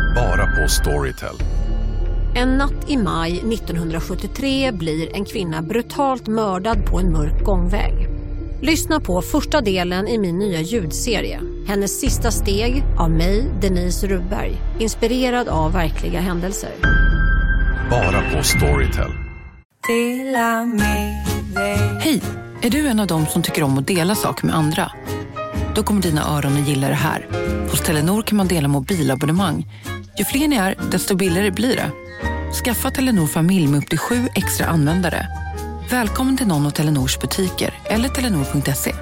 Bara på Storytel. En natt i maj 1973 blir en kvinna brutalt mördad på en mörk gångväg. Lyssna på första delen i min nya ljudserie. Hennes sista steg av mig, Denise Rubberg. Inspirerad av verkliga händelser. Bara på Storytel. Hej, är du en av dem som tycker om att dela saker med andra? Då kommer dina öron att gilla det här. Hos Telenor kan man dela mobilabonnemang. Ju fler ni är, desto billigare blir det. Skaffa Telenor familj med upp till 7 extra användare. Välkommen till någon av Telenors butiker eller telenor.se.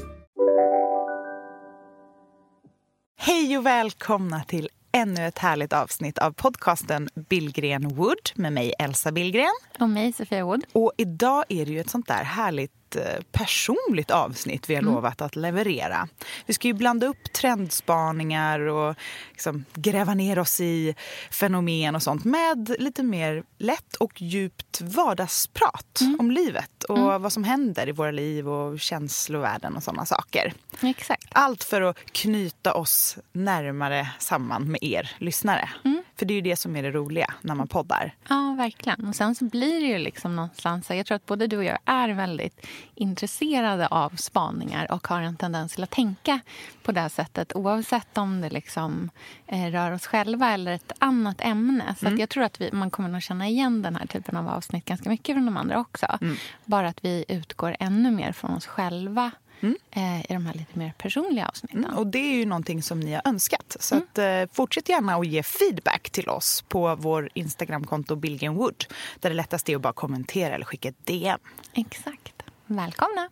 Hej och välkomna till ännu ett härligt avsnitt av podcasten Billgren Wood med mig Elsa Billgren. Och mig Sofia Wood. Och idag är det ju ett sånt där härligt personligt avsnitt vi har lovat att leverera. Vi ska ju blanda upp trendspaningar och liksom gräva ner oss i fenomen och sånt med lite mer lätt och djupt vardagsprat om livet och vad som händer i våra liv och känslovärlden och sådana saker. Exakt. Allt för att knyta oss närmare samman med er lyssnare. För det är ju det som är det roliga när man poddar. Ja, verkligen. Och sen så blir det ju liksom någonstans, jag tror att både du och jag är väldigt intresserade av spaningar och har en tendens till att tänka på det här sättet oavsett om det liksom rör oss själva eller ett annat ämne. Så att jag tror att man kommer att känna igen den här typen av avsnitt ganska mycket från de andra också. Bara att vi utgår ännu mer från oss själva i de här lite mer personliga avsnitten. Och det är ju någonting som ni har önskat. Så att, fortsätt gärna att ge feedback till oss på vår Instagramkonto Billgren Wood. Där det lättaste är att bara kommentera eller skicka ett DM. Exakt. Välkomna!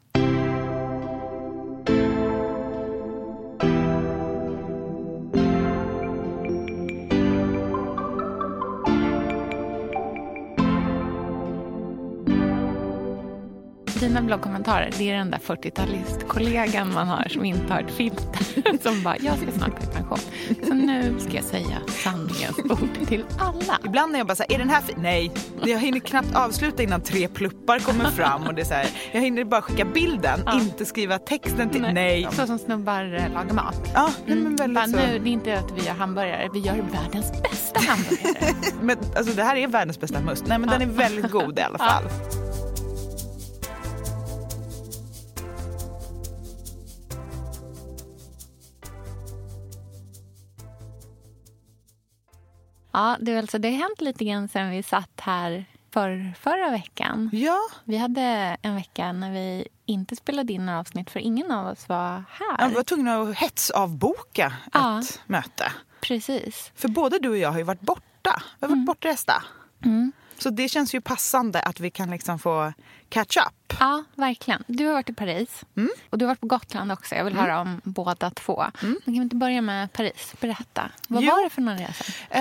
Dina bloggkommentarer, det är den där 40-talistkollegan man har som inte har ett filter. Som bara, jag ska snart gå i pension. Så nu ska jag säga sanningens ord till alla. Ibland när jag bara säger, är den här fin? Nej, jag hinner knappt avsluta innan 3 pluppar kommer fram. Och det är så här, jag hinner bara skicka bilden, inte skriva texten till. Nej. Så som snubbar lagar mat. Ja, men väldigt bara, så. Nu, det är inte att vi gör hamburgare, vi gör världens bästa hamburgare. Men alltså det här är världens bästa must. Nej, men den är väldigt god i alla fall. Ja, det har hänt lite grann sen vi satt här förra veckan. Ja. Vi hade en vecka när vi inte spelade in några avsnitt för ingen av oss var här. Ja, vi var tvungna att hetsavboka ett möte. Precis. För både du och jag har ju varit borta. Vi har varit bortresta. Så det känns ju passande att vi kan liksom få catch up. Ja, verkligen. Du har varit i Paris. Och du har varit på Gotland också. Jag vill höra om båda två. Men kan vi inte börja med Paris? Berätta. Vad var det för någon resa?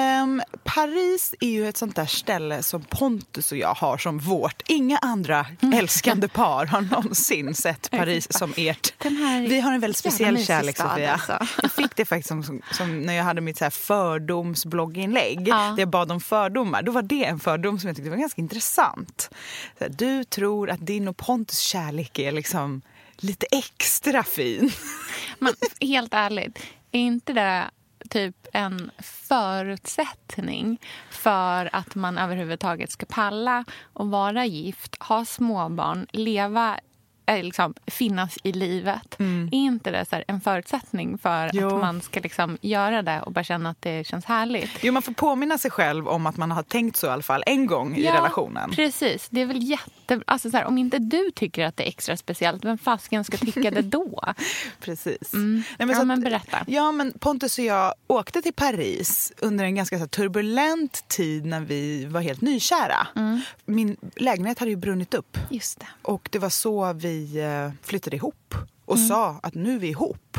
Paris är ju ett sånt där ställe som Pontus och jag har som vårt. Inga andra älskande par har någonsin sett Paris som ert. Vi har en väldigt speciell kärlek, Sofia. Alltså. Jag fick det faktiskt som när jag hade mitt så här fördomsblogginlägg. Där jag bad om fördomar. Då var det en fördom som jag tyckte var ganska intressant. Så här, du tror att din och Pontus kärlek är liksom lite extra fin. Men helt ärligt, är inte det typ en förutsättning för att man överhuvudtaget ska palla och vara gift, ha småbarn, leva, liksom finnas i livet? Är inte det så här en förutsättning för att man ska liksom göra det och bara känna att det känns härligt? Jo, man får påminna sig själv om att man har tänkt så i alla fall en gång i relationen. Precis. Det är väl alltså så här, om inte du tycker att det är extra speciellt, vem fasken ska tycka det då? Precis. Nej, men berätta. Ja, men Pontus och jag åkte till Paris under en ganska så turbulent tid när vi var helt nykära. Min lägenhet hade ju brunnit upp. Just det. Och det var så vi flyttade ihop och sa att nu är vi ihop.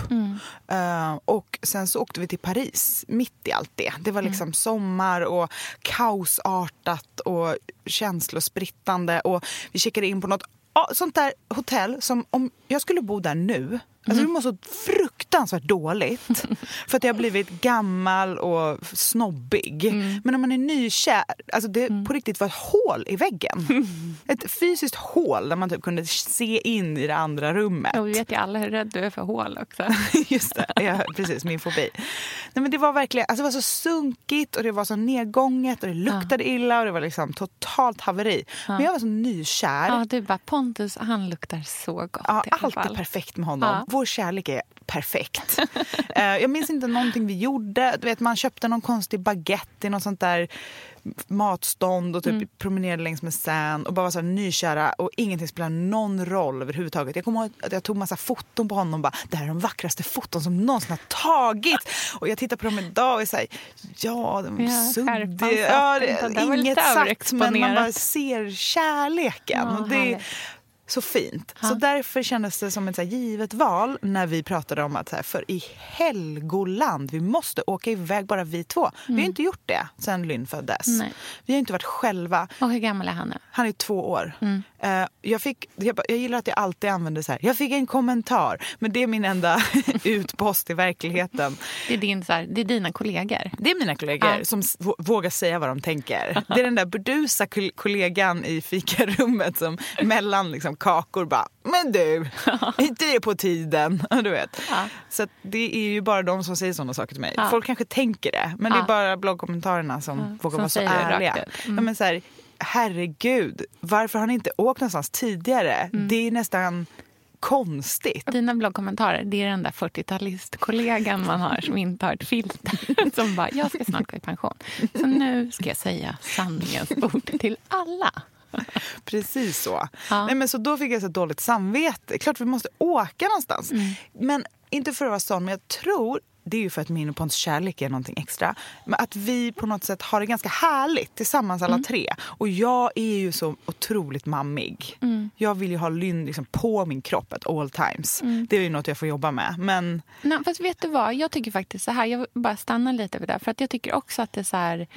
Och sen så åkte vi till Paris mitt i allt det. Det var liksom sommar och kaosartat och känslosprittande. Och vi checkade in på något sånt där hotell som om jag skulle bo där nu, Alltså du mår så fruktansvärt dåligt för att jag har blivit gammal och snobbig. Men när man är nykär, alltså det på riktigt var ett hål i väggen. Ett fysiskt hål där man typ kunde se in i det andra rummet. Och vi vet ju alla hur rädd du är för hål också. Just det, precis, min fobi. Nej, men det var verkligen, alltså det var så sunkigt och det var så nedgånget och det luktade illa och det var liksom totalt haveri. Men jag var så nykär. Ja, du bara, Pontus, han luktar så gott. Ja, allt är perfekt med honom. Ja. Vår kärlek är perfekt. Jag minns inte någonting vi gjorde. Du vet, man köpte någon konstig baguette i något sånt där matstånd och typ promenerade längs med Seine och bara var så här nykära och ingenting spelade någon roll överhuvudtaget. Jag kommer ihåg att jag tog massa foton på honom och bara, det här är de vackraste foton som någonsin har tagit. Och jag tittar på dem idag och är så här, ja, de är suddiga. Ja, det är inget sagt, men man bara ser kärleken. Och det är så fint. Så därför kändes det som ett så här givet val när vi pratade om att så här, för i Helgoland, vi måste åka iväg bara vi två. Vi har inte gjort det sedan Lynn föddes. Nej. Vi har inte varit själva. Och hur gammal är han nu? Han är 2 år. Jag gillar att jag alltid använder så här, jag fick en kommentar, men det är min enda utpost i verkligheten. Det är dina kollegor. Det är mina kollegor som vågar säga vad de tänker. Det är den där burdusa kollegan i fikarummet som mellan liksom kakor bara, men du, inte det på tiden, du vet. Så att det är ju bara de som säger sådana saker till mig. Folk kanske tänker det, men det är bara bloggkommentarerna som vågar vara så ärliga. Men så här, herregud, varför har ni inte åkt någonstans tidigare? Det är nästan konstigt. Dina bloggkommentarer, det är den där 40-talistkollegan man har som inte har ett filter. Som bara, jag ska snart gå i pension. Så nu ska jag säga sanningens ord till alla. Precis så. Nej, men så då fick jag så dåligt samvete. Klart vi måste åka någonstans. Men inte för att vara sån, men jag tror det är ju för att min och Pontus kärlek är någonting extra. Men att vi på något sätt har det ganska härligt tillsammans alla tre. Och jag är ju så otroligt mammig. Jag vill ju ha Lynn liksom på min kropp at all times. Det är ju något jag får jobba med. Men... Nej, fast vet du vad? Jag tycker faktiskt så här. Jag bara stannar lite vid det. För att jag tycker också att det är så här...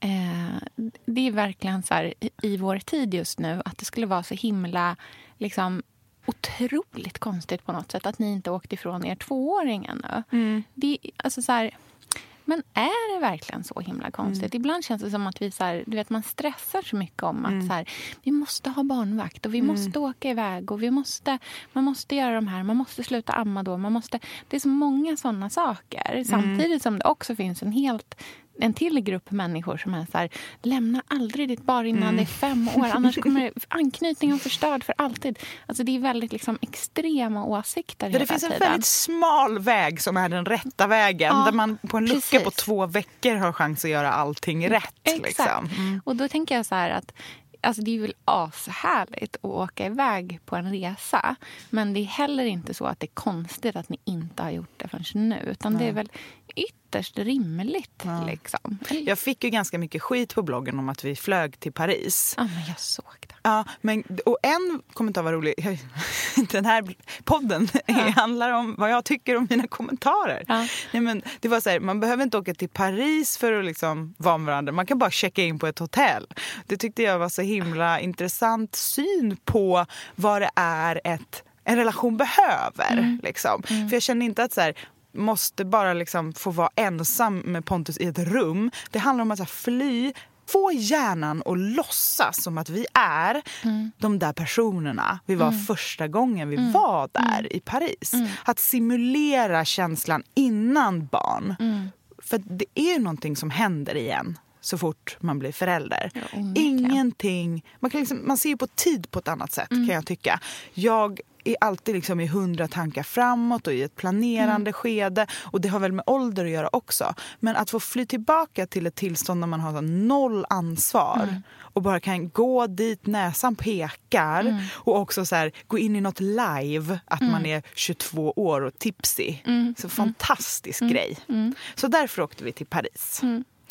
det är verkligen så här i vår tid just nu att det skulle vara så himla liksom otroligt konstigt på något sätt att ni inte åkte ifrån er 2-åring ännu. Det är alltså så här, men är det verkligen så himla konstigt? Ibland känns det som att vi så här, du vet, man stressar så mycket om att så här, vi måste ha barnvakt och vi måste åka iväg och man måste göra de här, man måste sluta amma då, det är så många sådana saker samtidigt som det också finns en till grupp människor som är så här, lämna aldrig ditt barn innan det är 5 år, annars kommer anknytningen förstörd för alltid. Alltså det är väldigt liksom extrema åsikter hela tiden. Det finns en väldigt smal väg som är den rätta vägen, där man på en lucka på 2 veckor har chans att göra allting rätt. Exakt. Liksom. Och då tänker jag så här att alltså det är väl ashärligt att åka iväg på en resa. Men det är heller inte så att det är konstigt att ni inte har gjort det förrän nu. Utan det är väl ytterst rimligt. Liksom. Jag fick ju ganska mycket skit på bloggen om att vi flög till Paris. Ja, men jag såg det. Ja, och en kommentar var rolig. Den här podden handlar om vad jag tycker om mina kommentarer. Nej, men det var så här, man behöver inte åka till Paris för att liksom vara med varandra. Man kan bara checka in på ett hotell. Det tyckte jag var så himla intressant syn på vad det är en relation behöver. Liksom. För jag känner inte att så här, måste bara liksom få vara ensam med Pontus i ett rum. Det handlar om att så här, fly, få hjärnan och låtsas som att vi är de där personerna vi var första gången vi var där i Paris. Att simulera känslan innan barn. För det är ju någonting som händer igen så fort man blir förälder. Ingenting. Man ser ju på tid på ett annat sätt kan jag tycka. Jag är alltid liksom i 100 tankar framåt och i ett planerande skede. Och det har väl med ålder att göra också. Men att få fly tillbaka till ett tillstånd där man har 0 ansvar. Och bara kan gå dit näsan pekar. Och också så här, gå in i något live. Att man är 22 år och tipsy. Så fantastisk grej. Så därför åkte vi till Paris.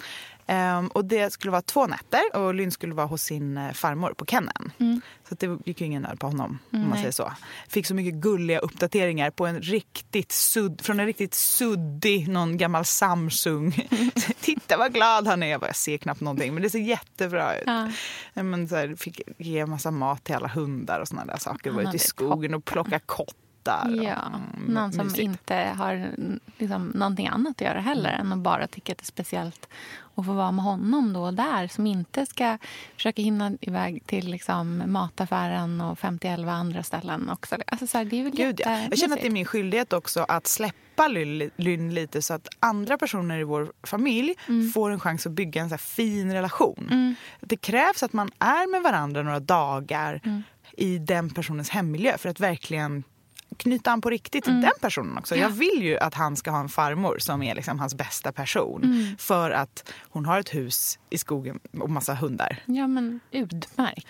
Och det skulle vara 2 nätter och Lynn skulle vara hos sin farmor på Kennen. Så att det gick ju ingen nöd på honom, om man säger så. Fick så mycket gulliga uppdateringar på från en riktigt suddig, någon gammal Samsung. Titta vad glad han är. Jag ser knappt någonting, men det ser jättebra ut. Men så här, fick ge en massa mat till alla hundar och såna där saker. Var ute i skogen och plocka kott. pratar. Ja, någon som mysigt. inte har liksom någonting annat att göra heller än att bara tycka att det är speciellt att få vara med honom då och där. Som inte ska försöka hinna iväg till liksom mataffären och 51 andra ställen också. Alltså så här, det är väl Gud, ja. Jag känner att det är min skyldighet också att släppa Lynn lite så att andra personer i vår familj får en chans att bygga en så här fin relation. Det krävs att man är med varandra några dagar i den personens hemmiljö för att verkligen knyta an på riktigt till den personen också. Jag vill ju att han ska ha en farmor som är liksom hans bästa person för att hon har ett hus i skogen och massa hundar. Ja, men utmärkt.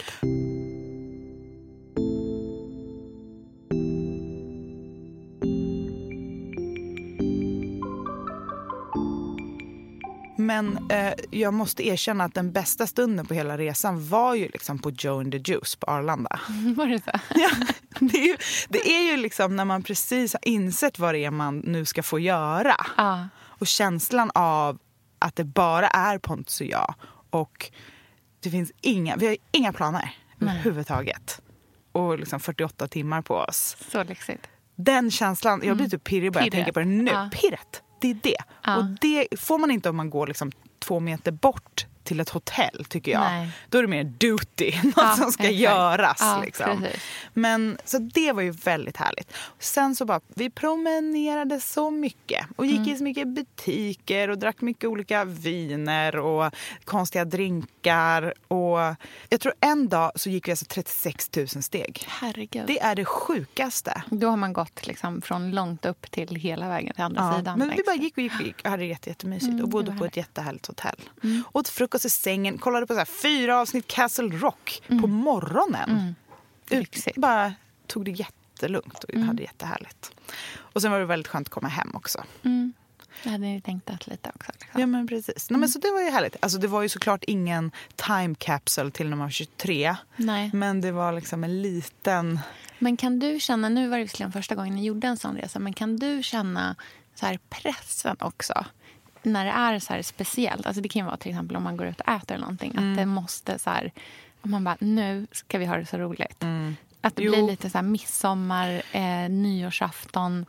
Men jag måste erkänna att den bästa stunden på hela resan var ju liksom på Joe and the Juice på Arlanda. Var det så? Ja, det är ju liksom när man precis har insett vad det är man nu ska få göra. Och känslan av att det bara är Pontus och jag. Och det finns vi har inga planer överhuvudtaget. Och liksom 48 timmar på oss. Så lyxigt. Den känslan, jag blir typ pirrig bara jag tänker på det nu. Pirret, det är det. Och det får man inte om man går liksom 2 meter bort till ett hotell, tycker jag. Nej. Då är det mer duty, något som ska göras. Liksom. Men så det var ju väldigt härligt. Sen så bara, vi promenerade så mycket och gick i så mycket butiker och drack mycket olika viner och konstiga drinkar. Och jag tror en dag så gick vi alltså 36 000 steg. Herregud. Det är det sjukaste. Då har man gått liksom från långt upp till hela vägen till andra sidan. Men vi bara gick och hade jättemysigt och bodde på ett jättehärligt hotell. Åt frukost i sängen, kollade på så här 4 avsnitt Castle Rock på morgonen. Bara tog det jättelugnt och hade jättehärligt. Och sen var det väldigt skönt att komma hem också. Jag hade ju tänkt att lite också. Liksom. Ja, men precis. Nej, men så det var ju härligt. Alltså det var ju såklart ingen time capsule till när man var 23. Nej. Men det var liksom en liten... Men kan du känna, nu var det visserligen första gången ni gjorde en sån resa, men kan du känna så här pressen också? När det är så här speciellt, alltså det kan vara till exempel om man går ut och äter eller någonting, att det måste så här, om man bara, nu ska vi ha det så roligt. Att det blir lite så här midsommar, nyårsafton,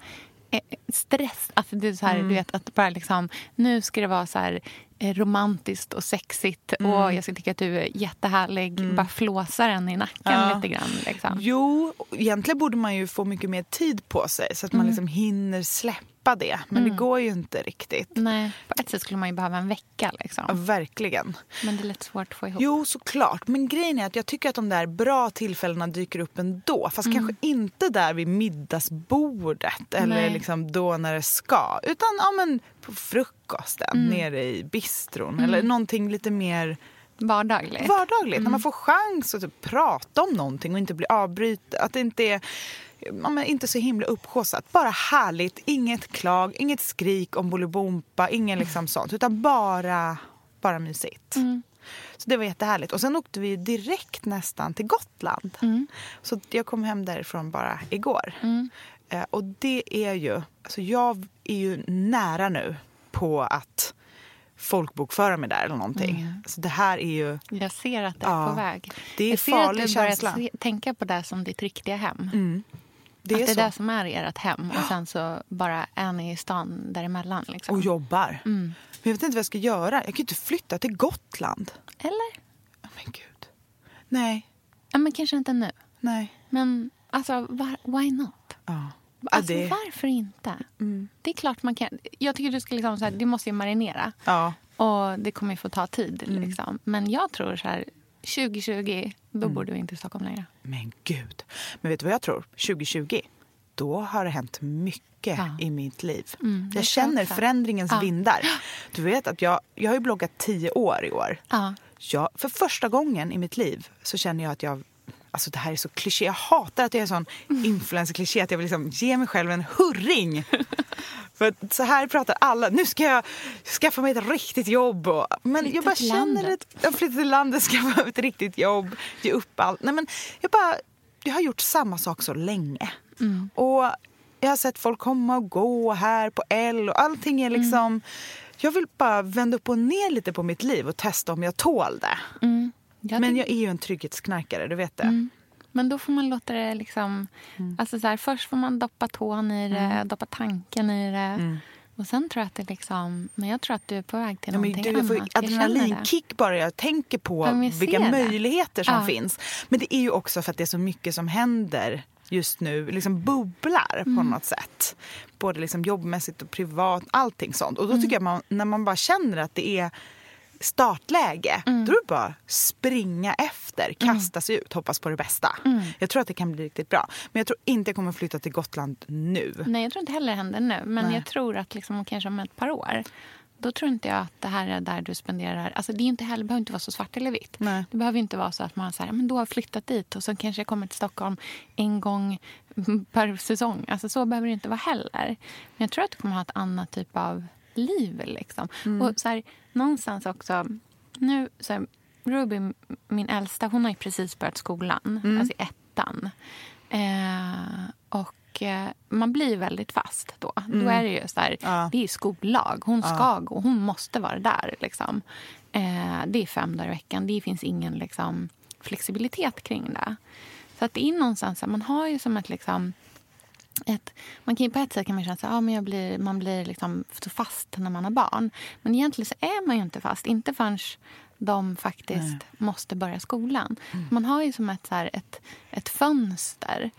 stress, alltså det är så här, du vet, att bara liksom, nu ska det vara så här romantiskt och sexigt och jag ska tycka att du är jättehärlig, bara flåsa den i nacken lite grann liksom. Jo, egentligen borde man ju få mycket mer tid på sig så att man liksom hinner släppa det, men det går ju inte riktigt. Nej, på ett sätt skulle man ju behöva en vecka liksom. Ja, verkligen. Men det är lite svårt att få ihop. Jo, såklart. Men grejen är att jag tycker att de där bra tillfällena dyker upp ändå. Fast kanske inte där vid middagsbordet eller liksom då när det ska. Utan men på frukosten nere i bistron. Eller någonting lite mer... Vardagligt. När man får chans att typ prata om någonting och inte bli avbryta. Att det inte är... men inte så himla uppskåsat. Bara härligt, inget klag, inget skrik om bolibompa, ingen liksom sånt. Utan bara mysigt. Så det var jättehärligt. Och sen åkte vi direkt nästan till Gotland. Så jag kom hem därifrån bara igår. Och det är ju... Alltså jag är ju nära nu på att folkbokföra mig där eller någonting. Så det här är ju... Jag ser att det är på väg. Det är farlig känsla. Jag ser att du börjar tänka på det som ditt riktiga hem. Det att det är så. det som är ert hem. Och sen så bara är ni i stan däremellan. Liksom. Och jobbar. Men jag vet inte vad jag ska göra. Jag kan ju inte flytta till Gotland. Eller? Men gud. Nej. Ja, men kanske inte nu. Nej. Men alltså, why not? Ja. Alltså, varför inte? Det är klart man kan. Jag tycker du ska liksom så här, du måste ju marinera. Ja. Och det kommer ju få ta tid liksom. Men jag tror så här 2020 då borde vi inte i Stockholm längre. Men gud. Men vet du vad jag tror? 2020 då har det hänt mycket i mitt liv. Jag känner förändringens vindar. Du vet att jag har ju bloggat 10 år i år. För första gången i mitt liv så känner jag att jag... Alltså det här är så kliché. Jag hatar att jag är en sån influencer-kliché att jag vill liksom ge mig själv en hurring. För så här pratar alla. Nu ska jag skaffa mig ett riktigt jobb. Men jag bara känner att jag flyttar till landet, skaffa ett riktigt jobb, ge upp allt. Nej, men jag har gjort samma sak så länge. Och jag har sett folk komma och gå här på L och allting är liksom... Jag vill bara vända upp och ner lite på mitt liv och testa om jag tål det. Men jag är ju en trygghetsknarkare, du vet det. Men då får man låta det liksom... Alltså så här, först får man doppa tån i det, doppa tanken i det. Och sen tror jag att det liksom... Men jag tror att du är på väg till någonting annat. Jag får adrenalinkick bara jag tänker på vilka möjligheter som finns. Men det är ju också för att det är så mycket som händer just nu. Liksom bubblar på något sätt. Både liksom jobbmässigt och privat, allting sånt. Och då tycker jag när man bara känner att det är startläge, då är det bara springa efter, kasta sig ut, hoppas på det bästa. Jag tror att det kan bli riktigt bra. Men jag tror inte jag kommer flytta till Gotland nu. Nej, jag tror inte heller det händer nu. Men jag tror att liksom, kanske om ett par år, då tror inte jag att det här är där du spenderar... Alltså det är inte heller, behöver inte vara så svart eller vitt. Nej. Det behöver inte vara så att man säger, men då har jag flyttat dit och så kanske jag kommer till Stockholm en gång per säsong. Alltså så behöver det inte vara heller. Men jag tror att du kommer ha ett annat typ av liv liksom. Och så här, någonstans också nu så här, Ruby, min äldsta, hon har ju precis börjat skolan, alltså i 1:an. Och man blir väldigt fast då. Då är det ju så här, det är skollag. Hon ska gå, hon måste vara där liksom. Det är 5 dagar i veckan. Det finns ingen liksom flexibilitet kring det. Så att det är någonstans, man har ju som ett liksom man kan ju på ett sätt kan man känna att men man blir liksom så fast när man har barn. Men egentligen så är man ju inte fast. Inte förrän de faktiskt måste börja skolan. Man har ju som ett fönster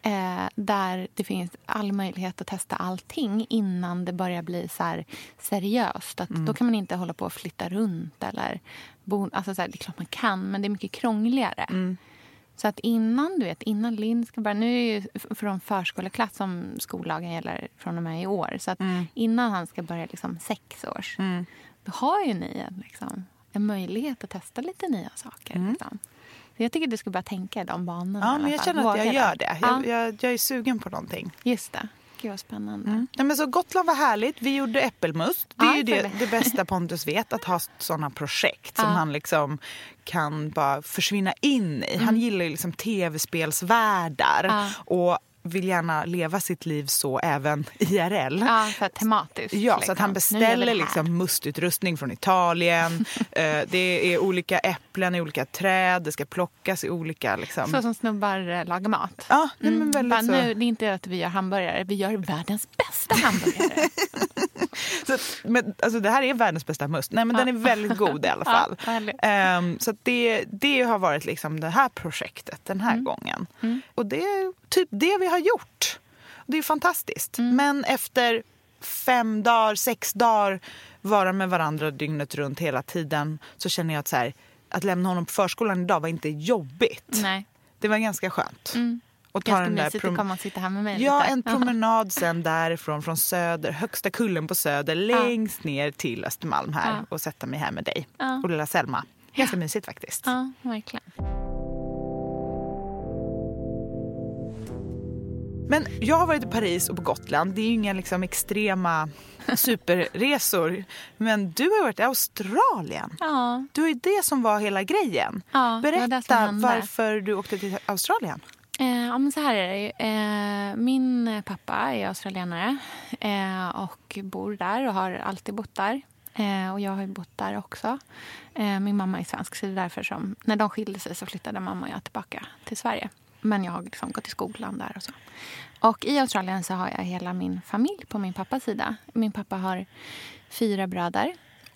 där det finns all möjlighet att testa allting innan det börjar bli så här seriöst. Att då kan man inte hålla på att flytta runt eller alltså så här, det är klart man kan, men det är mycket krångligare. Så att innan Linn ska börja... Nu är det ju från förskoleklass som skollagen gäller från och med i år. Så att innan han ska börja liksom 6 års, då har ju ni en möjlighet att testa lite nya saker. Liksom. Så jag tycker att du ska börja tänka i de banorna. Ja, men jag känner att jag gör det. Jag är sugen på någonting. Just det. Gud vad spännande. Ja, men så Gotland var härligt. Vi gjorde äppelmust. Det är ju det bästa Pontus vet, att ha sådana projekt som han liksom kan bara försvinna in i. Han gillar ju liksom tv-spelsvärldar och vill gärna leva sitt liv så även IRL. Ja, för tematiskt. Ja, liksom. Så att han beställer liksom mustutrustning från Italien. Det är olika äpplen i olika träd. Det ska plockas i olika... Liksom. Så som snubbar lagar mat. Ja, men väldigt så. Nu, det är inte att vi gör hamburgare. Vi gör världens bästa hamburgare. Alltså det här är världens bästa must. Nej, men den är väldigt god i alla fall. Så att det har varit liksom det här projektet den här gången. Och det är typ det vi har gjort. Det är fantastiskt. Men efter 5 dagar, 6 dagar vara med varandra dygnet runt hela tiden, så känner jag att, så här, att lämna honom på förskolan idag var inte jobbigt. Nej. Det var ganska skönt. Och ta ganska mysigt att komma och sitta här med mig. Ja, lite. En promenad sen därifrån, från Söder, högsta kullen på Söder, längst ner till Östermalm här och sätta mig här med dig och lilla Selma. Ganska mysigt faktiskt. Ja, verkligen. Men jag har varit i Paris och på Gotland. Det är ju inga liksom extrema superresor. Men du har varit i Australien. Ja. Det var ju det som var hela grejen. Ja, berätta varför du åkte till Australien. Ja, men så här är det ju. Min pappa är australienare och bor där och har alltid bott där. Och jag har ju bott där också. Min mamma är svensk, så det är därför som när de skilde sig så flyttade mamma och jag tillbaka till Sverige. Men jag har liksom gått i skolan där och så. Och i Australien så har jag hela min familj på min pappas sida. Min pappa har 4 bröder.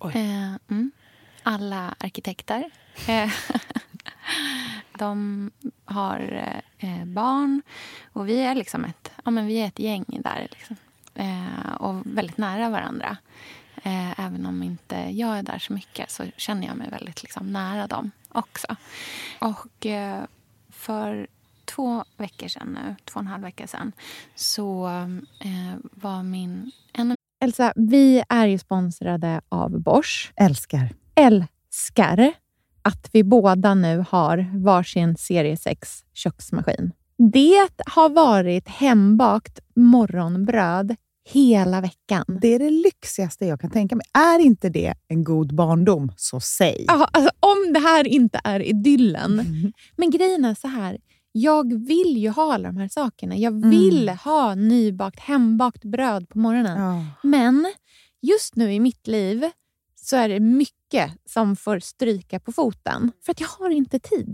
Alla arkitekter. De har barn. Och vi är liksom ett gäng där. Liksom. Och väldigt nära varandra. Även om inte jag är där så mycket så känner jag mig väldigt liksom nära dem också. Och för 2,5 veckor sedan så var min... Elsa, vi är ju sponsrade av Bosch. Älskar att vi båda nu har varsin serie 6 köksmaskin. Det har varit hembakt morgonbröd hela veckan. Det är det lyxigaste jag kan tänka mig. Är inte det en god barndom, så säg. Ja, alltså, om det här inte är idyllen. Men grejen är så här. Jag vill ju ha alla de här sakerna. Jag vill ha nybakt, hembakt bröd på morgonen. Ja. Men just nu i mitt liv så är det mycket som får stryka på foten. För att jag har inte tid.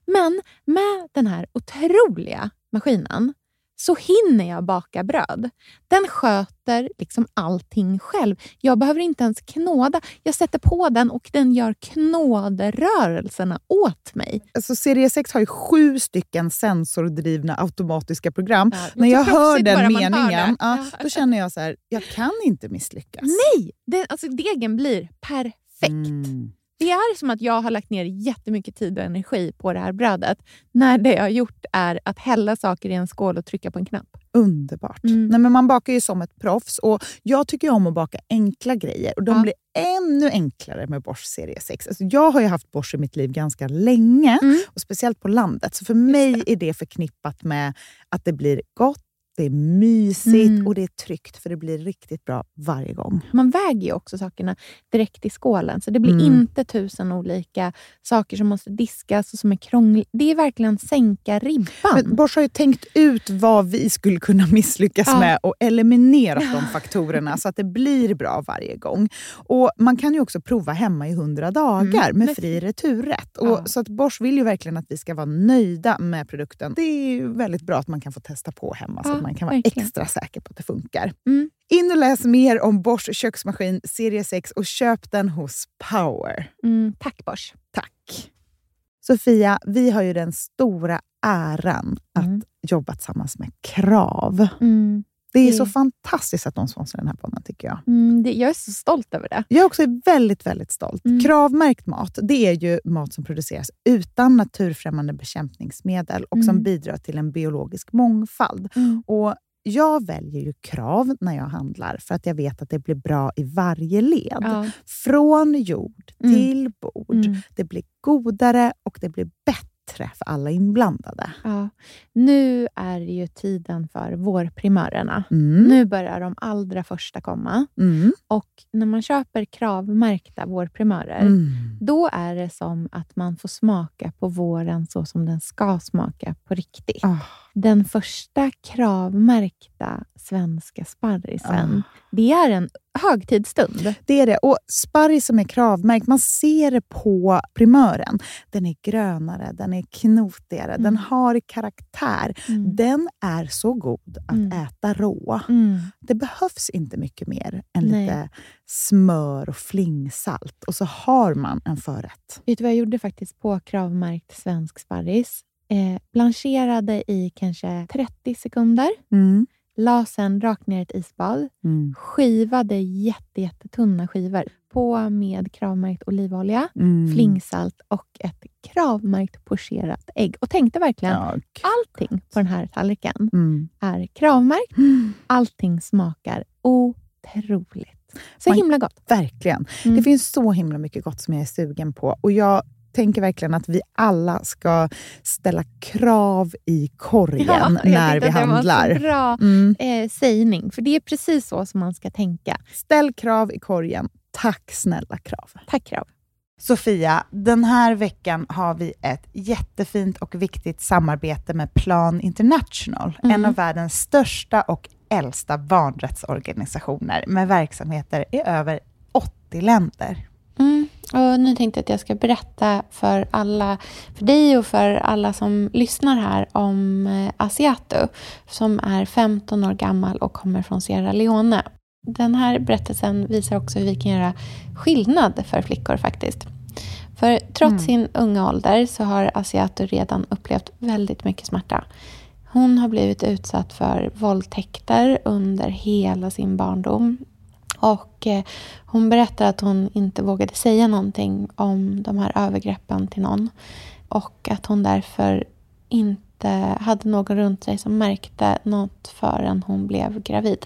Men med den här otroliga maskinen så hinner jag baka bröd. Den sköter liksom allting själv. Jag behöver inte ens knåda. Jag sätter på den och den gör knåderörelserna åt mig. Alltså Serie 6 har ju 7 stycken sensordrivna automatiska program. När jag hör den meningen, då känner jag så här, jag kan inte misslyckas. Nej, degen blir perfekt. Det är som att jag har lagt ner jättemycket tid och energi på det här brödet. När det jag har gjort är att hälla saker i en skål och trycka på en knapp. Underbart. Nej, men man bakar ju som ett proffs. Och jag tycker om att baka enkla grejer. Och de blir ännu enklare med Bosch Serie 6. Alltså jag har ju haft Bosch i mitt liv ganska länge. Och speciellt på landet. Så för mig är det förknippat med att det blir gott. Det är mysigt och det är tryggt, för det blir riktigt bra varje gång. Man väger ju också sakerna direkt i skålen. Så det blir inte 1000 olika saker som måste diskas och som är krångligt. Det är verkligen sänka ribban. Men Bosch har ju tänkt ut vad vi skulle kunna misslyckas med och eliminerat de faktorerna så att det blir bra varje gång. Och man kan ju också prova hemma i 100 dagar med fri returrätt. Och så att Bosch vill ju verkligen att vi ska vara nöjda med produkten. Det är ju väldigt bra att man kan få testa på hemma så att man kan vara extra säker på att det funkar. In och läs mer om Bosch köksmaskin Serie 6 och köp den hos Power. Tack Bosch. Tack. Sofia, vi har ju den stora äran att jobba tillsammans med Krav. Det är så fantastiskt att de sponsrar den här podden, tycker jag. Jag är så stolt över det. Jag är också väldigt, väldigt stolt. Kravmärkt mat, det är ju mat som produceras utan naturfrämmande bekämpningsmedel och som bidrar till en biologisk mångfald. Och jag väljer ju Krav när jag handlar för att jag vet att det blir bra i varje led. Från jord till bord. Det blir godare och det blir bättre för alla inblandade. Ja. Nu är det ju tiden för vårprimörerna. Nu börjar de allra första komma. Och när man köper kravmärkta vårprimörer, då är det som att man får smaka på våren så som den ska smaka på riktigt. Den första kravmärkta svenska sparrisen, det är en högtidsstund. Det är det. Och sparris som är kravmärkt, man ser det på primören. Den är grönare, den är knotigare, den har karaktär. Den är så god att äta rå. Det behövs inte mycket mer än lite smör och flingsalt. Och så har man en förrätt. Vet du vad jag gjorde faktiskt på kravmärkt svensk sparris? Blancherade i kanske 30 sekunder. La sen rakt ner ett isbad. Skivade jättetunna skivor. På med kravmärkt olivolja, flingsalt och ett kravmärkt pocherat ägg. Och tänkte verkligen, allting på den här tallriken är kravmärkt. Allting smakar otroligt. Så himla gott. Verkligen. Det finns så himla mycket gott som jag är sugen på. Och jag tänker verkligen att vi alla ska ställa krav i korgen när vi handlar. Det var så bra sägning. För det är precis så som man ska tänka. Ställ krav i korgen. Tack snälla Krav. Tack Krav. Sofia, den här veckan har vi ett jättefint och viktigt samarbete med Plan International. En av världens största och äldsta barnrättsorganisationer med verksamheter i över 80 länder. Och nu tänkte jag att jag ska berätta för dig och för alla som lyssnar här om Asiato, som är 15 år gammal och kommer från Sierra Leone. Den här berättelsen visar också hur vi kan göra skillnad för flickor faktiskt. För trots sin unga ålder så har Asiato redan upplevt väldigt mycket smärta. Hon har blivit utsatt för våldtäkter under hela sin barndom. Och hon berättar att hon inte vågade säga någonting om de här övergreppen till någon. Och att hon därför inte hade någon runt sig som märkte något förrän hon blev gravid.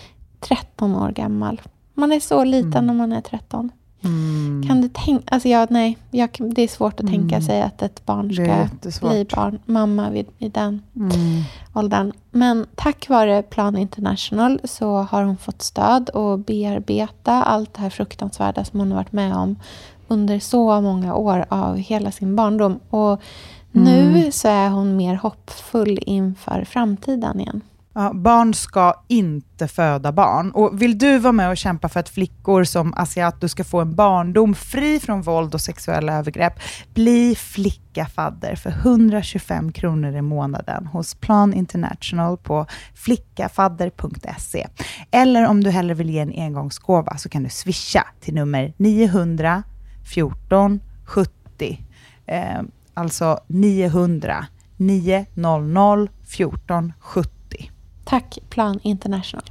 13 år gammal. Man är så liten när man är 13. Kan du tänka... Alltså det är svårt att tänka sig att ett barn ska bli mamma vid den åldern. Men tack vare Plan International så har hon fått stöd och bearbeta allt det här fruktansvärda som hon har varit med om under så många år av hela sin barndom. Och nu så är hon mer hoppfull inför framtiden igen. Ja, barn ska inte föda barn. Och vill du vara med och kämpa för att flickor som Assiato ska få en barndom fri från våld och sexuella övergrepp, bli flickafadder för 125 kronor i månaden hos Plan International på flickafadder.se. Eller om du hellre vill ge en engångsgåva så kan du swisha till nummer 900 14 70. Alltså 900 900 14 70. Tack Plan International.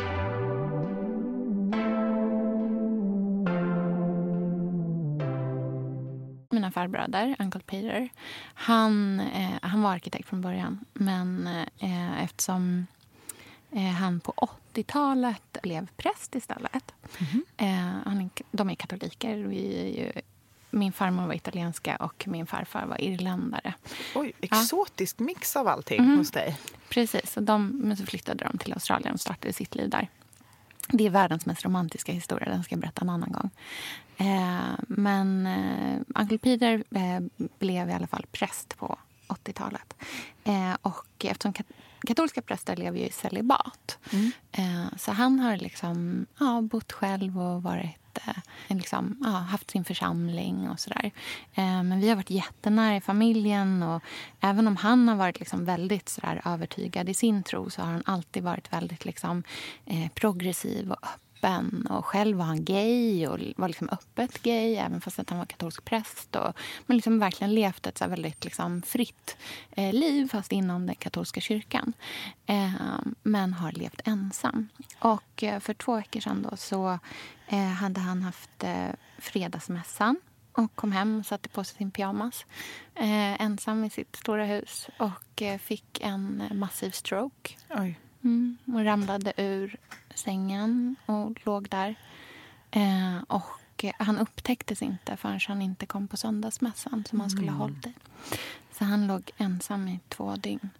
Mina farbröder, Uncle Peter, han var arkitekt från början. Men eftersom han på 80-talet blev präst istället. De är katoliker. Min farmor var italienska och min farfar var irländare. Oj, exotisk mix av allting hos dig. Precis, men så flyttade de till Australien och startade sitt liv där. Det är världens mest romantiska historia, den ska jag berätta en annan gång. Men Uncle Peter blev i alla fall präst på 80-talet. Och eftersom katolska präster lever ju i celibat. Så han har liksom bott själv och varit haft sin församling och sådär. Men vi har varit jättenära i familjen, och även om han har varit liksom väldigt sådär övertygad i sin tro, så har han alltid varit väldigt liksom progressiv och öppen, och själv var han gay och var liksom öppet gay även fast att han var katolsk präst, men liksom verkligen levt ett så väldigt liksom fritt liv fast inom den katolska kyrkan, men har levt ensam. Och för 2 veckor sedan då så hade han haft fredagsmässan och kom hem och satte på sig sin pyjamas ensam i sitt stora hus och fick en massiv stroke. Oj. Och ramlade ur sängen och låg där. Och han upptäcktes inte förrän han inte kom på söndagsmässan som han skulle ha hållit i. Så han låg ensam i 2 dygn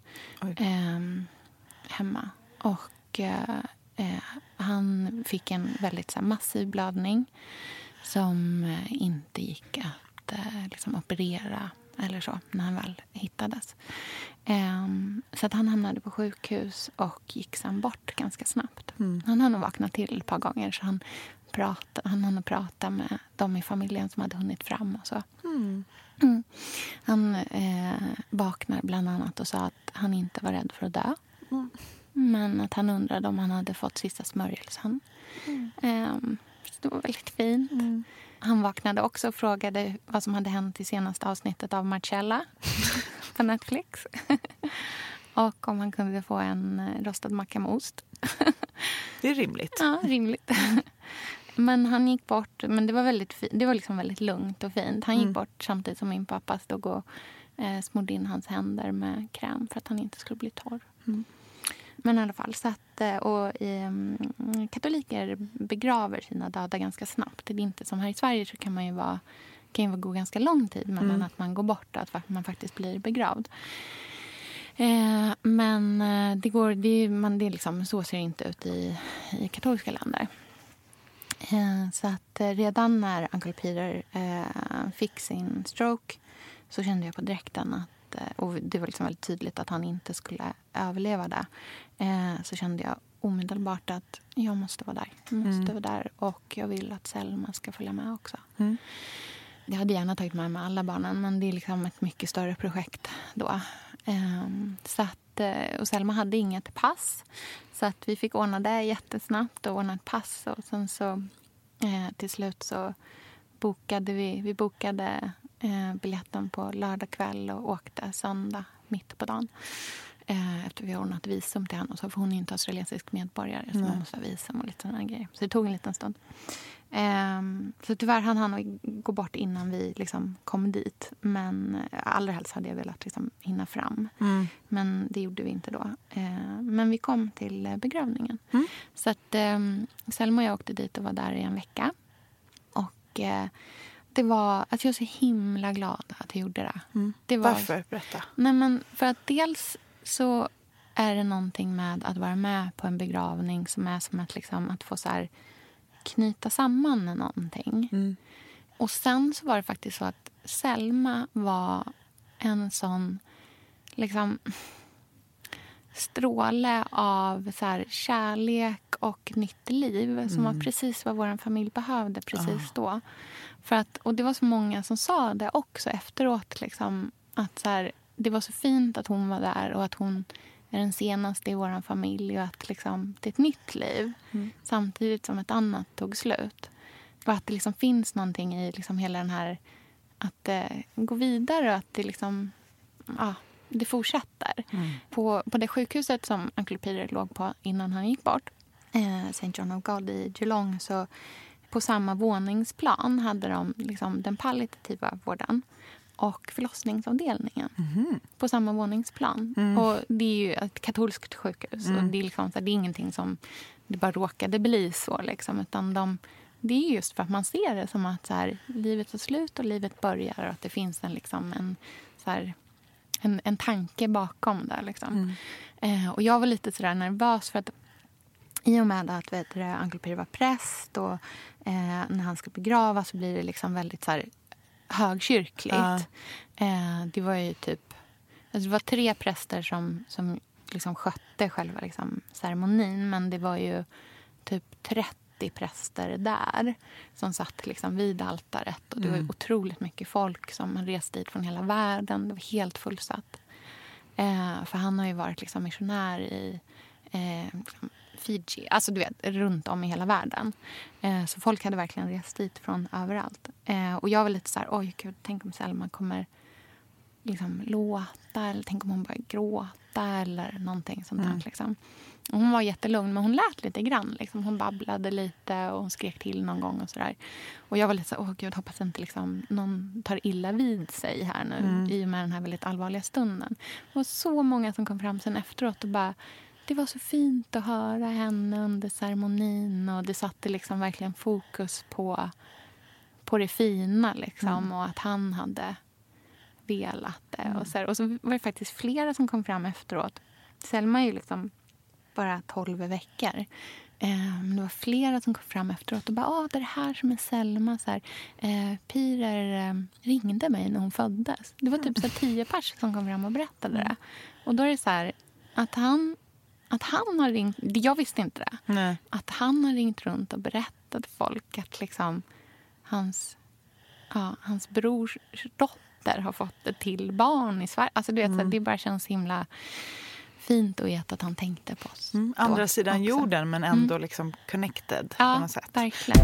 hemma. Och han fick en väldigt så här, massiv blödning som inte gick att liksom, operera eller så när han väl hittades. Så att han hamnade på sjukhus och gick sen bort ganska snabbt. Han hann vaknat till ett par gånger, så han hann prata med dem i familjen som hade hunnit fram och så. Han vaknade bland annat och sa att han inte var rädd för att dö. Men att han undrade om han hade fått sista smörjelsen. Det var väldigt fint. Han vaknade också och frågade vad som hade hänt i senaste avsnittet av Marcella på Netflix. Och om han kunde få en rostad macka med ost. Det är rimligt. Ja, rimligt. Men han gick bort, men det var väldigt fint. Det var liksom väldigt lugnt och fint. Han gick bort samtidigt som min pappa stod och smorde in hans händer med kräm för att han inte skulle bli torr. Men i alla fall, katoliker begraver sina döda ganska snabbt. Det är inte som här i Sverige, så kan ju gå ganska lång tid mellan att man går bort och att man faktiskt blir begravd. Men så ser det inte ut i katolska länder. Så att redan när Uncle Peter fick sin stroke så kände jag på direkten att, och det var liksom väldigt tydligt att han inte skulle överleva det, så kände jag omedelbart att jag måste vara där. Jag måste vara där, och jag vill att Selma ska följa med också. Jag hade gärna tagit med mig alla barnen, men det är liksom ett mycket större projekt då. Så att, och Selma hade inget pass, så att vi fick ordna det jättesnabbt och ordna ett pass, och sen så till slut så bokade vi biljetten på lördag kväll och åkte söndag mitt på dagen. Efter vi har ordnat visum till henne, så får hon inte australiensisk medborgare, så man måste ha visum och lite sådana grejer. Så det tog en liten stund. Så tyvärr hann gå bort innan vi liksom kom dit. Men allra helst hade jag velat liksom hinna fram. Men det gjorde vi inte då. Men vi kom till begravningen. Så att Selma och jag åkte dit och var där i en vecka. Och det var att jag är så himla glad att jag gjorde det. Varför? Berätta. Nej, men för att dels så är det någonting med att vara med på en begravning som är som att, liksom, att få så här knyta samman någonting. Och sen så var det faktiskt så att Selma var en sån liksom, stråle av så här, kärlek och nytt liv som var precis vad vår familj behövde precis då. Och det var så många som sa det också efteråt. Liksom, att så här, det var så fint att hon var där och att hon är den senaste i vår familj och att liksom, det är ett nytt liv samtidigt som ett annat tog slut. Och att det liksom finns någonting i liksom hela den här att gå vidare och att det liksom det fortsätter. På det sjukhuset som Uncle Peter låg på innan han gick bort, St. John of God i Geelong, så på samma våningsplan hade de liksom den palliativa vården och förlossningsavdelningen på samma våningsplan. Och det är ju ett katolskt sjukhus och det är liksom, så det är ingenting som det bara råkade bli så liksom, utan det är just för att man ser det som att så här, livet tar slut och livet börjar och att det finns en tanke bakom det liksom. Och jag var lite sådär nervös för att i och med att Uncle Peter var präst och när han skulle begravas så blir det liksom väldigt så här högkyrkligt. Det var ju typ det var 3 präster som liksom skötte själva liksom ceremonin, men det var ju typ 30 präster där som satt liksom vid altaret och det var ju otroligt mycket folk som reste dit från hela världen. Det var helt fullsatt. För han har ju varit liksom missionär i Fiji, alltså du vet, runt om i hela världen. Så folk hade verkligen rest dit från överallt. Och jag var lite så här, oj gud, tänk om Selma kommer liksom låta, eller tänk om hon börjar gråta eller någonting sånt där liksom. Och hon var jättelugn, men hon lät lite grann liksom. Hon babblade lite och hon skrek till någon gång och sådär. Och jag var lite så här, åh gud, hoppas inte liksom någon tar illa vid sig här nu i och med den här väldigt allvarliga stunden. Och så många som kom fram sen efteråt och bara, det var så fint att höra henne under ceremonin och det satte liksom verkligen fokus på det fina liksom och att han hade velat det. Och så var det faktiskt flera som kom fram efteråt. Selma är ju liksom bara 12 veckor. Det var flera som kom fram efteråt och bara, det är det här som är Selma. Så här, Peter ringde mig när hon föddes. Det var typ så 10 pers som kom fram och berättade det. Och då är det så här, att han har ringt, jag visste inte det. Nej. Att han har ringt runt och berättat för folk att liksom hans brors dotter har fått ett till barn i Sverige. Alltså du vet, så det bara känns himla fint att veta att han tänkte på oss. Andra sidan också. Jorden, men ändå liksom connected på något sätt. Ja, verkligen.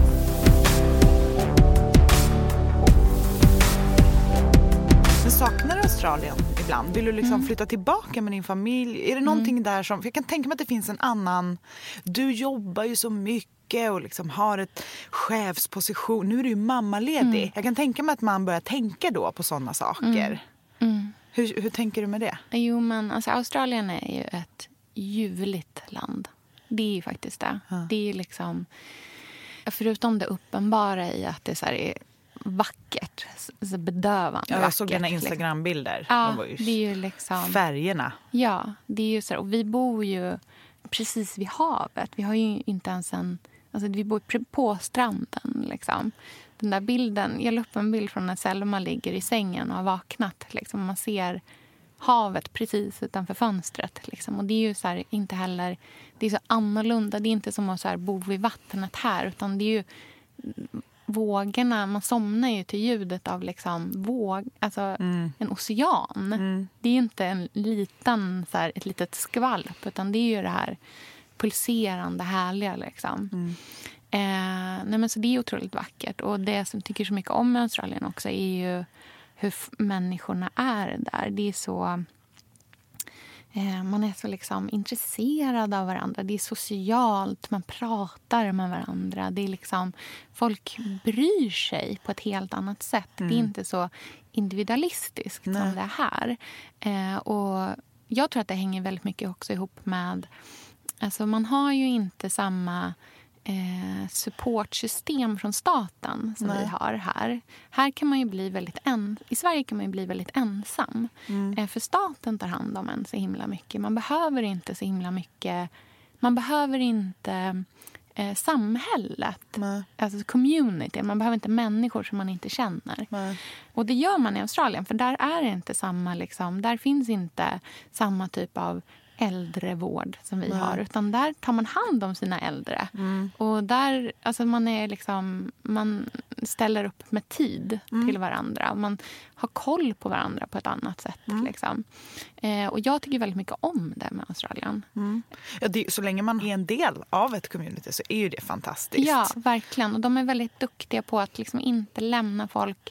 Men saknar du Australien ibland? Vill du liksom flytta tillbaka med din familj? Är det någonting där som... För jag kan tänka mig att det finns en annan... Du jobbar ju så mycket och liksom har ett chefsposition. Nu är du ju mammaledig. Jag kan tänka mig att man börjar tänka då på sådana saker. Hur tänker du med det? Jo, men alltså, Australien är ju ett ljuvligt land. Det är ju faktiskt det. Det är liksom... Förutom det uppenbara i att det så här är vackert, så bedövande jag vackert. Såg dina Instagram-bilder. Ja, de var ju det är ju liksom... Färgerna. Ja, det är ju så här, och vi bor ju precis vid havet. Vi har ju inte ens alltså vi bor på stranden liksom. Den där bilden, jag la upp en bild från när Selma ligger i sängen och har vaknat liksom. Man ser havet precis utanför fönstret liksom. Och det är ju så här, inte heller, det är så annorlunda. Det är inte som att så här bo vid vattnet här, utan det är ju vågorna, man somnar ju till ljudet av liksom alltså en ocean. Det är ju inte en liten så här, ett litet skvalp, utan det är ju det här pulserande, härliga liksom. Nej, men så det är otroligt vackert. Och det som jag tycker så mycket om i Australien också är ju hur människorna är där. Det är så... man är så liksom intresserad av varandra. Det är socialt, man pratar med varandra. Det är liksom, folk bryr sig på ett helt annat sätt. Det är inte så individualistiskt som det är här. Och jag tror att det hänger väldigt mycket också ihop med... Alltså man har ju inte samma supportsystem från staten som vi har här. Här kan man ju bli väldigt i Sverige kan man ju bli väldigt ensam. För staten tar hand om en så himla mycket. Man behöver inte så himla mycket. Man behöver inte samhället. Alltså community. Man behöver inte människor som man inte känner. Och det gör man i Australien. För där är det inte samma liksom, där finns inte samma typ av äldrevård som vi har. Utan där tar man hand om sina äldre. Och där, alltså man ställer upp med tid till varandra. Och man har koll på varandra på ett annat sätt. Liksom. Och jag tycker väldigt mycket om det med Australien. Ja, så länge man är en del av ett community så är ju det fantastiskt. Ja, verkligen. Och de är väldigt duktiga på att liksom inte lämna folk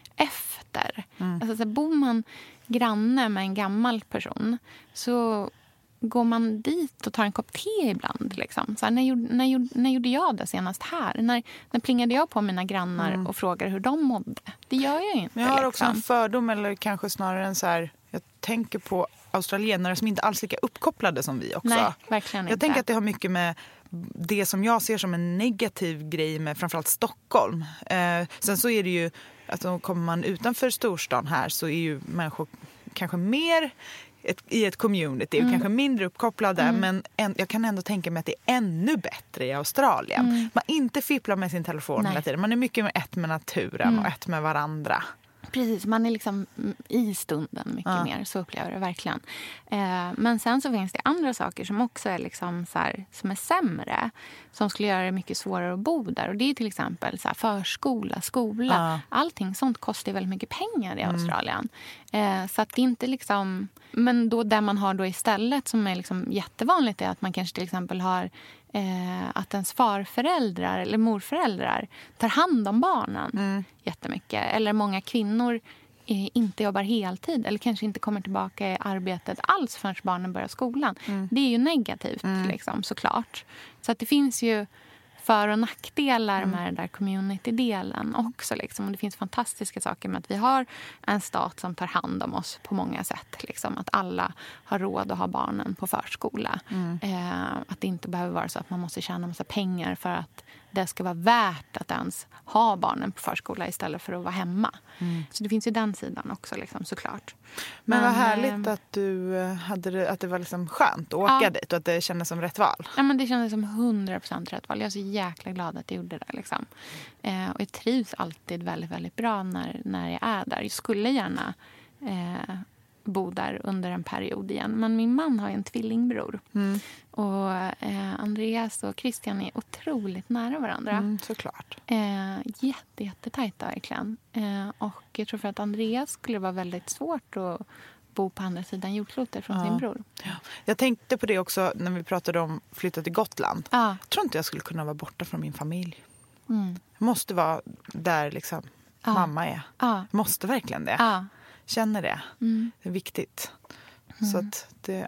efter. Alltså, så bor man granne med en gammal person så går man dit och tar en kopp te ibland. Liksom. Så här, när gjorde jag det senast här? När plingade jag på mina grannar och frågade hur de mådde? Det gör jag inte. Men jag har liksom. också en fördom, eller kanske snarare en så här... Jag tänker på australienare som inte alls lika uppkopplade som vi också. Nej, verkligen inte. Jag tänker att det har mycket med det som jag ser som en negativ grej med framförallt Stockholm. Sen så är det ju att kommer man utanför storstan här så är ju människor kanske mer i ett community och kanske mindre uppkopplade. Men jag kan ändå tänka mig att det är ännu bättre i Australien. Man inte fipplar med sin telefon hela tiden. Man är mycket ett med naturen och ett med varandra. Precis, man är liksom i stunden mycket mer, så upplever jag det verkligen. Men sen så finns det andra saker som också är liksom så här, som är sämre, som skulle göra det mycket svårare att bo där. Och det är till exempel så här, förskola, skola, allting sånt kostar väldigt mycket pengar i Australien. Så att det inte liksom, men då där man har då istället som är liksom jättevanligt är att man kanske till exempel har att ens farföräldrar eller morföräldrar tar hand om barnen jättemycket. Eller många kvinnor inte jobbar heltid eller kanske inte kommer tillbaka i arbetet alls förrän barnen börjar skolan. Det är ju negativt liksom, såklart. Så att det finns ju för- och nackdelar med den där community-delen också. Liksom. Och det finns fantastiska saker med att vi har en stat som tar hand om oss på många sätt. Liksom. Att alla har råd att ha barnen på förskola. Att det inte behöver vara så att man måste tjäna massa pengar för att det ska vara värt att ens ha barnen på förskola istället för att vara hemma. Så det finns ju den sidan också, liksom, såklart. Men vad härligt att du hade att det var liksom skönt att åka dit och att det kändes som rätt val. Ja, men det kändes som 100% rätt val. Jag är så jäkla glad att jag gjorde det. Liksom. Och jag trivs alltid väldigt, väldigt bra när jag är där. Jag skulle gärna bo där under en period igen. Men min man har ju en tvillingbror. Och Andreas och Christian är otroligt nära varandra. Såklart. Jättetajta verkligen. Och jag tror för att Andreas skulle vara väldigt svårt att bo på andra sidan jordklotet från sin bror. Ja. Jag tänkte på det också när vi pratade om att flytta till Gotland. Jag tror inte jag skulle kunna vara borta från min familj. Jag måste vara där liksom mamma är. Jag måste verkligen det. Känner det. Det är viktigt. Så att det,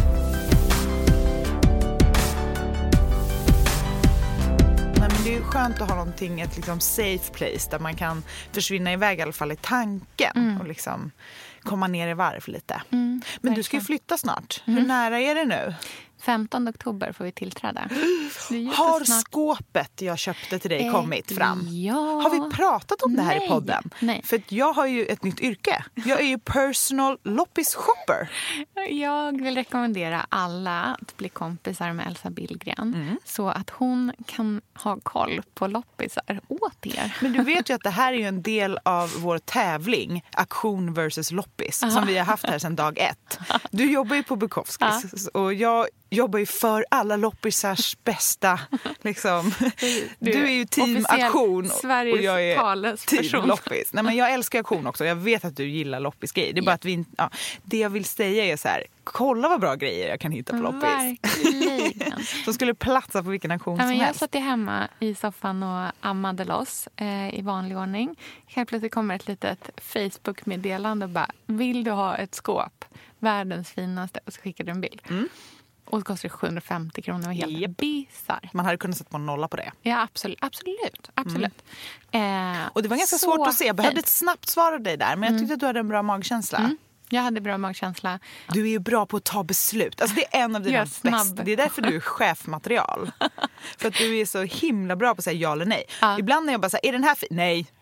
Nej, men det är ju skönt att ha någonting, ett liksom safe place där man kan försvinna iväg i alla fall i tanken och liksom komma ner i varv lite. Men du ska ju flytta snart. Hur nära är det nu? 15 oktober får vi tillträda. Har skåpet jag köpte till dig kommit fram? Ja. Har vi pratat om det här i podden? Nej. För att jag har ju ett nytt yrke. Jag är ju personal loppis shopper. Jag vill rekommendera alla att bli kompisar med Elsa Billgren. Så att hon kan ha koll på loppisar åt er. Men du vet ju att det här är ju en del av vår tävling. Aktion versus loppis. Som vi har haft här sedan dag 1. Du jobbar ju på Bukowskis. Och jag jobbar ju för alla loppisars bästa. Liksom. Du är ju team aktion och jag är team loppis. Nej, men jag älskar aktion också. Jag vet att du gillar loppisgrejer. Det är bara att det jag vill säga är så här: kolla vad bra grejer jag kan hitta på loppis. Verkligen. Som skulle platsa på vilken aktion som helst. Jag satt hemma i soffan och ammade loss i vanlig ordning. Helt plötsligt kommer ett litet Facebook-meddelande och bara: vill du ha ett skåp? Världens finaste. Och så skickade du en bild. Och så kostar det 750 kronor. Det var helt bizarrt. Man hade kunnat sätta på en nolla på det. Ja, absolut. Och det var ganska svårt att se. Jag behövde ett snabbt svar av dig där. Men jag tyckte att du hade en bra magkänsla. Jag hade bra magkänsla. Du är ju bra på att ta beslut. Alltså det är en av dina bästa. Det är därför du är chefmaterial. För att du är så himla bra på att säga ja eller nej. Ibland när jag bara säger, är den här fin? Nej.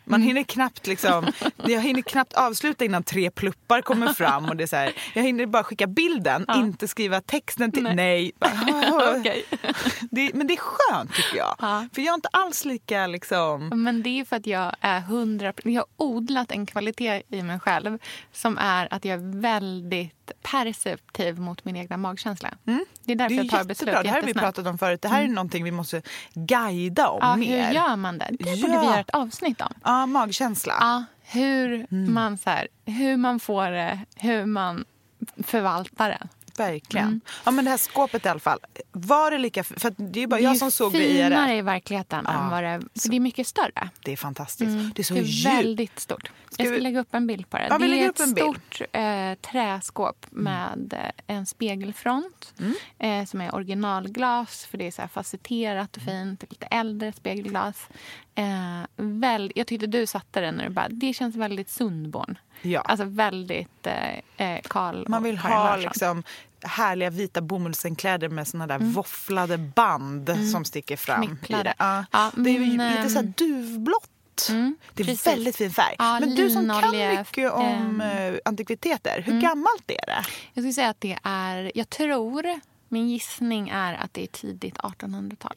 Man hinner knappt jag hinner knappt avsluta innan 3 pluppar kommer fram och det är så här, jag hinner bara skicka bilden, inte skriva texten till nej. Okay. Men det är skönt tycker jag. För jag är inte alls lika Men det är för att jag är 100%, jag har odlat en kvalitet i mig själv som är att jag är väldigt perceptiv mot min egna magkänsla. Det är därför jag tar beslut jättesnabbt. Det här har vi pratat om förut. Det här är någonting vi måste guida om mer. Hur gör man det? Det borde vi göra ett avsnitt om. Ja, magkänsla. Ja, hur man får det, hur man förvaltar det. Verkligen. Ja, men det här skåpet i alla fall. Var det lika... För att det är bara jag som såg det i det. Det är finare i verkligheten än vad det... För det är mycket större. Det är fantastiskt. Det är så väldigt stort. Jag ska lägga upp en bild på det. Ja, det är ett stort träskåp med en spegelfront som är originalglas. För det är så här facetterat och fint. Lite äldre spegelglas. Jag tyckte du satte den när du bara... Det känns väldigt Sundborn. Ja. Alltså väldigt Karl. Man vill ha härliga vita bomullsenkläder med såna där våfflade band som sticker fram. Knicklade. Det är ju lite så här duvblått. Det är precis. Väldigt fin färg. Men du som kan mycket om antikviteter, hur gammalt är det? Jag skulle säga att det är, jag tror, min gissning är att det är tidigt 1800-tal.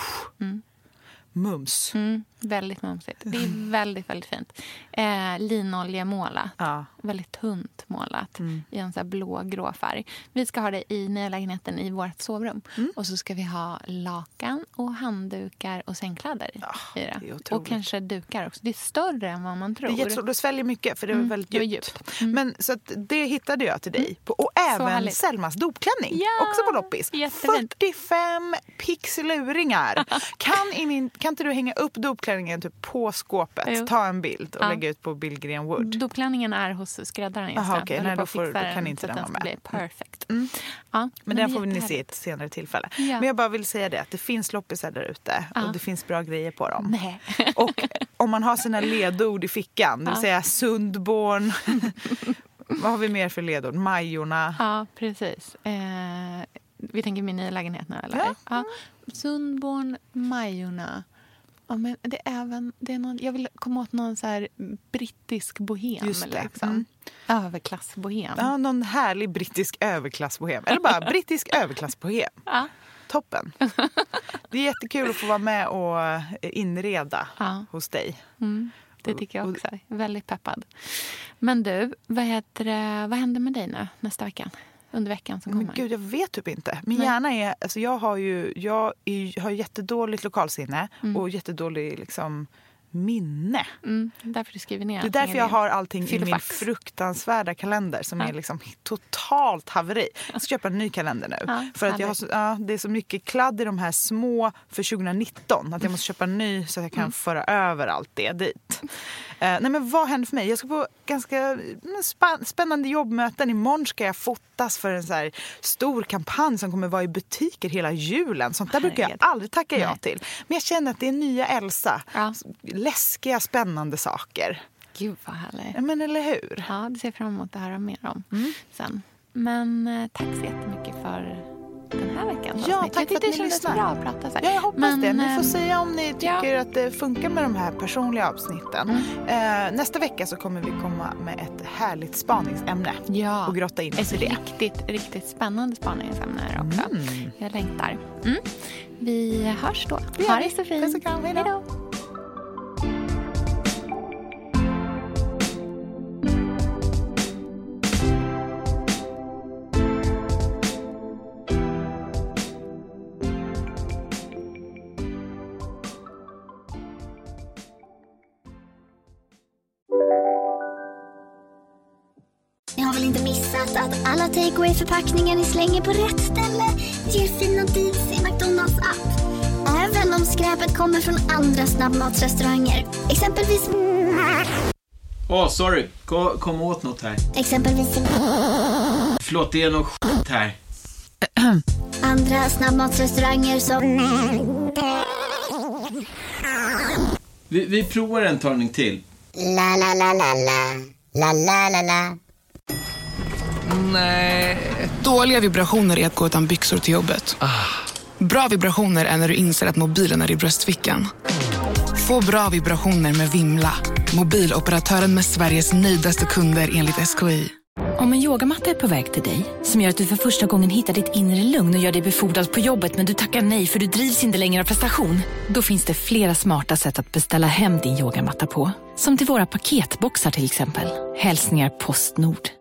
Mums. Väldigt mumsigt. Det är väldigt, väldigt fint. Linoljemålat. Väldigt tunt målat. I en så här blå-grå färg. Vi ska ha det i nya lägenheten i vårt sovrum. Och så ska vi ha lakan och handdukar och sängkläder i det. Och kanske dukar också. Det är större än vad man tror. Det sväljer mycket för det är väldigt djupt. Men så att det hittade jag till dig. Och även Selmas dopklänning. Också på loppis. Jättefint. 45 pixeluringar. Kan inte du hänga upp dopklänningen typ på skåpet? Ta en bild och lägga ut på Billgren Wood. Dopklänningen är hos skräddaren just nu. Okej, då kan inte den vara med. Bli perfekt. Men den får ni se i ett senare tillfälle. Men jag bara vill säga det, att det finns loppisar där ute och det finns bra grejer på dem. Och om man har sina ledord i fickan, det vill säga Sundborn. Vad har vi mer för ledord? Majorna. Ja, precis. Vi tänker min nya lägenhet nu, eller? Ja. Sundborn, Majorna. Ja, men det är någon, jag vill komma åt någon så här brittisk bohem. Just det. Liksom. Överklassbohem. Ja, någon härlig brittisk överklassbohem. Eller bara brittisk överklassbohem. Toppen. Det är jättekul att få vara med och inreda hos dig. Det tycker jag också. Väldigt peppad. Men du, vad händer med dig nu nästa vecka? Under veckan som kommer. Men gud, jag vet typ inte. Min hjärna är... Alltså jag har jättedåligt lokalsinne och jättedålig minne. Därför du skriver ner. Det är därför jag har allting i min fruktansvärda kalender som är totalt haveri. Jag ska köpa en ny kalender nu. För att det är så mycket kladd i de här små för 2019 att jag måste köpa en ny så att jag kan föra över allt det dit. Nej, men vad händer för mig? Jag ska på ganska spännande jobbmöten. Imorgon ska jag fotas för en så här stor kampanj som kommer vara i butiker hela julen. Sånt där brukar jag aldrig tacka ja till. Men jag känner att det är nya Elsa. Läskiga, spännande saker. Gud vad härligt. Men eller hur? Ja, det ser jag fram emot att höra mer om sen. Men tack så jättemycket för den här veckan. Ja, tack för att ni lyssnar. Bra att prata så här. Ja, jag hoppas det. Ni får säga om ni tycker att det funkar med de här personliga avsnitten. Nästa vecka så kommer vi komma med ett härligt spaningsämne. Och grotta in oss i det. Ett riktigt spännande spaningsämne också. Jag längtar. Vi hörs då. Ha det så fint. Puss och kram. Hej då. Ni har väl inte missat att alla takeaway-förpackningar ni slänger på rätt ställe ger fina deals i McDonalds app. Även om skräpet kommer från andra snabbmatsrestauranger. Exempelvis... sorry. Kom åt något här. Exempelvis... Förlåt, det är något skit här. Andra snabbmatsrestauranger som... Vi provar en talning till. La la la la la. La la la la. Nej. Dåliga vibrationer är att gå utan byxor till jobbet. Bra vibrationer är när du inser att mobilen är i bröstfickan. Få bra vibrationer med Vimla. Mobiloperatören med Sveriges nöjdaste kunder enligt SKI. Om en yogamatta är på väg till dig, som gör att du för första gången hittar ditt inre lugn och gör dig befordrad på jobbet, men du tackar nej för du drivs inte längre av prestation. Då finns det flera smarta sätt att beställa hem din yogamatta på. Som till våra paketboxar till exempel. Hälsningar Postnord.